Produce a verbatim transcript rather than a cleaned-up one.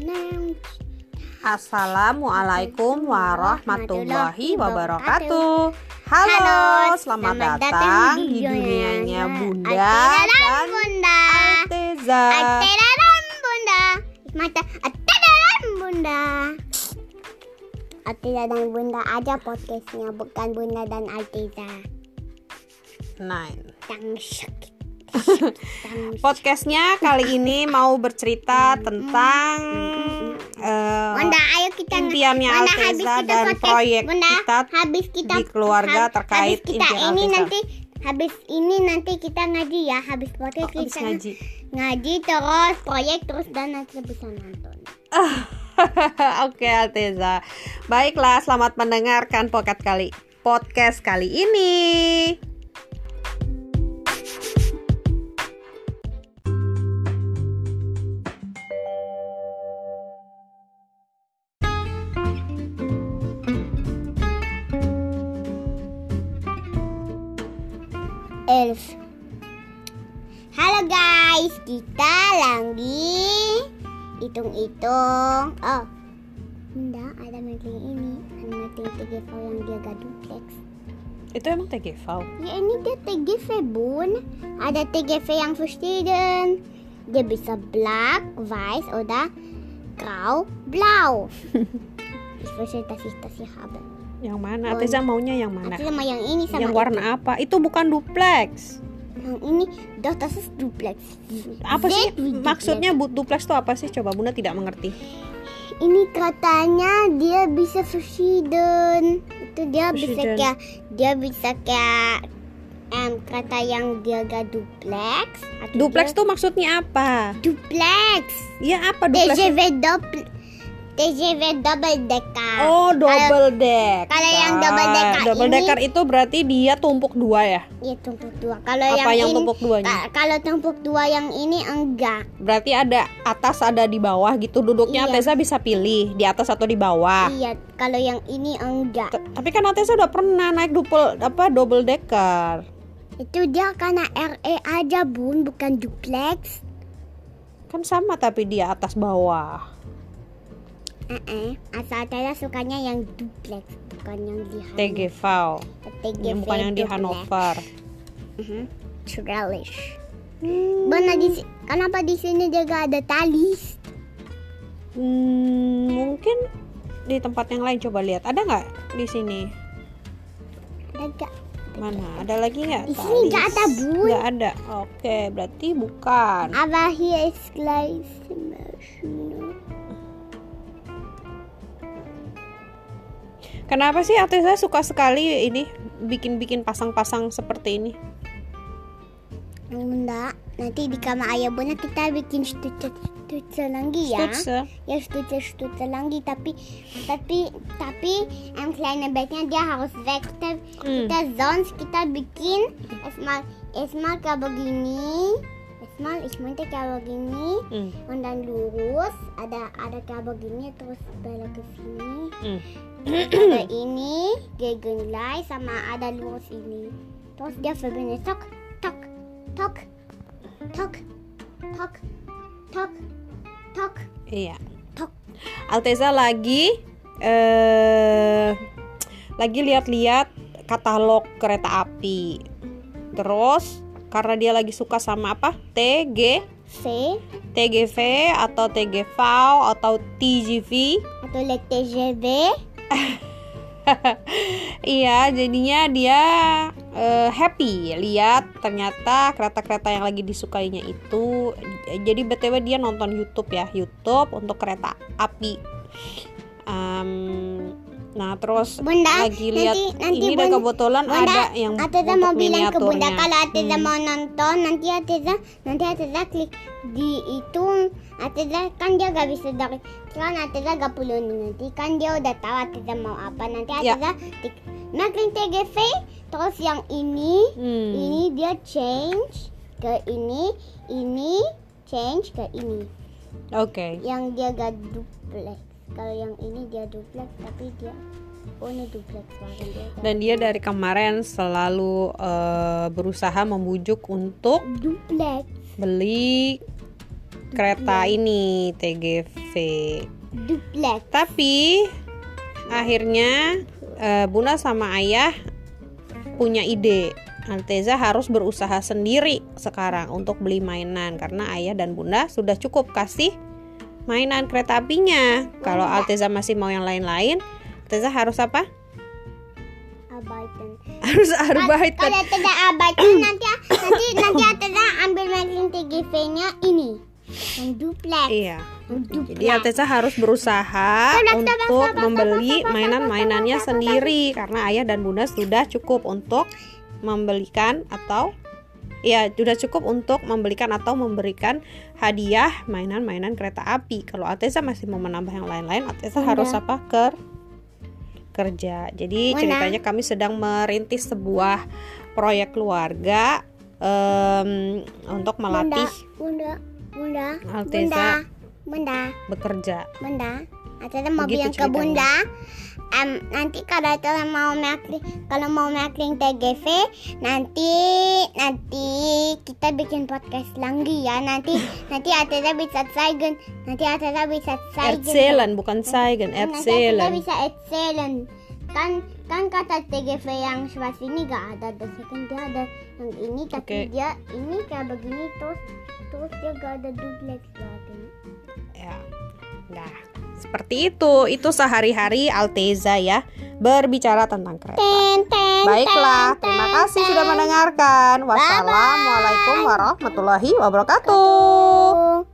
Assalamualaikum warahmatullahi wabarakatuh. Halo, Halo, selamat, selamat datang datang di di dunianya Bunda Alteza dan dan Bunda. Alteza. Alteza dan Bunda. Mata Alteza dan Bunda. Alteza dan Bunda aja podcastnya, bukan Bunda dan Alteza. Nine. Yang sakit. Podcastnya kali ini mau bercerita tentang uh, Bunda, ayo kita impiannya Bunda, Alteza habis kita dan podcast, proyek Bunda, kita habis kita di keluarga hab- terkait habis kita impian ini Alteza. nanti habis ini nanti kita ngaji ya, habis podcast Oh, habis kita ngaji. ngaji terus proyek terus dan nanti bisa nonton. Oke Alteza. Baiklah, selamat mendengarkan podcast kali podcast kali ini. Elf. Halo guys, kita lagi hitung-hitung. Oh, Bunda, ada meeting ini, ada meeting T G V yang dia gak duplex. Itu emang T G V? Ya ini dia T G V bun. Ada T G V yang für student. Dia bisa black, weiß oder grau, blau. Ich verstehe, dass ich das hier habe. Yang mana? Alteza maunya yang mana? Aku sama yang ini sama Yang warna itu. apa? Itu bukan duplex. Yang ini, doch das ist duplex. Apa sih Z wie duplex. maksudnya bu- duplex itu apa sih? Coba Bunda tidak mengerti. Ini katanya dia bisa verschieden. Itu dia bisa Verschieden. kayak dia bisa kayak em, kata yang dia gak duplex. Atau Duplex dia- tuh maksudnya apa? duplex. Ya apa duplex? T G V double T G V double decker. Oh, double decker. kalau yang double decker Double ini- decker itu berarti dia tumpuk dua ya? Iya tumpuk dua. Kalau Apa yang yang, ini, tumpuk duanya? ka- kalau tumpuk dua yang ini enggak. Berarti ada atas ada di bawah gitu. Duduknya Iya. Alteza bisa pilih di atas atau di bawah. Iya, kalau yang ini enggak. T- Tapi kan Alteza udah pernah naik double apa double decker. Itu dia karena R E aja bun, bukan duplex. Kan sama tapi dia atas bawah. Eh, asal saya sukanya yang duplex, bukan yang di T G V. T G V Yang bukan yang di duplex. Hanover. Mhm. Trellis. Bunda, di si- kenapa di sini juga ada talis? Hmm, mungkin di tempat yang lain, coba lihat. Ada nggak di sini? Ada gak? Mana? Ada lagi nggak? Di sini nggak ada, Bun. Nggak ada. Oke, berarti bukan. Aber hier ist gleich Maschine. Kenapa sih Alteza suka sekali ini bikin-bikin pasang-pasang seperti ini? Bunda, nanti di kamar ayah Bunda kita bikin stutze lagi ya. Stutze? Ya stutze stutze lagi, tapi tapi tapi yang kleine Bettnya dia harus weg. Kita, Hmm. kita sonst kita bikin erstmal erstmal kayak begini. Erstmal ich meinte kayak begini Hmm. und dann lurus ada ada kayak begini terus belok ke sini. Hmm. Ada ini gegengleis sama ada lurus ini. Terus dia verbindet tok tok tok tok tok tok tok Iya. tok. Alteza lagi eh lagi lihat-lihat katalog kereta api. Terus karena dia lagi suka sama apa? T G C T G V atau T G V atau T G V. atau le T G V. Iya, jadinya dia eh, happy lihat ternyata kereta-kereta yang lagi disukainya itu. Jadi B T W dia nonton YouTube ya, YouTube untuk kereta api. Em, nah terus Bunda, lagi lihat nanti- nanti ini dan Bun- kebetulan Bunda, ada yang Ateza untuk mau bilang ke Bunda miniaturnya. kalau Ateza Hmm. mau nonton nanti Ateza nanti Ateza klik di itu. Ateza kan dia gak bisa dari kan Ateza gak perlu nanti kan dia udah tahu Ateza mau apa. Nanti Ya. Ateza tik makin T G V terus yang ini Hmm. ini dia change ke ini ini change ke ini Oke. yang dia gak duplex. Kalau yang ini dia duplex tapi dia oh ini duplex banget dia. Dan dia dari kemarin selalu eh, berusaha membujuk untuk duplex. beli kereta ini T G V. Duplex. Tapi akhirnya uh, Bunda sama Ayah punya ide. Alteza harus berusaha sendiri sekarang untuk beli mainan karena Ayah dan Bunda sudah cukup kasih mainan kereta apinya. Kalau Alteza masih mau yang lain-lain, Alteza harus apa? Arbeiten. Harus arbeiten. Kalau tidak arbeiten nanti nanti nanti Alteza ambil Maglin T G V-nya ini. Yang duplex. Iya. Yang duplex. Jadi Alteza harus berusaha untuk membeli mainan-mainannya sendiri karena Ayah dan Bunda sudah cukup untuk membelikan atau ya sudah cukup untuk membelikan atau memberikan hadiah mainan-mainan kereta api. Kalau Alteza masih mau menambah yang lain-lain, Alteza harus apa? Ker kerja. Jadi Mana? ceritanya kami sedang merintis sebuah proyek keluarga um, untuk melatih Bunda, Bunda, Alteza Bunda, Bunda, bekerja. Bunda. Alteza mau Begitu bilang ke ceritanya. Bunda. Um, nanti kalau Alteza mau Maglin, kalau mau Maglin T G V, nanti nanti kita bikin podcast lagi ya. Nanti nanti Alteza bisa zeigen, nanti Alteza bisa zeigen. Erzählen, bukan zeigen, Nanti Alteza erzählen. bisa erzählen. Kan kan kata T G V yang sebelah sini gak ada, dan kan dia ada yang ini, tapi Oke. dia ini kayak begini terus terus dia gak ada duplex lagi. Ya. Nah, seperti itu. Itu sehari-hari Alteza ya berbicara tentang kereta. Ten, ten, Baiklah, ten, terima ten, kasih ten. sudah mendengarkan. Wassalamualaikum warahmatullahi wabarakatuh. Oh.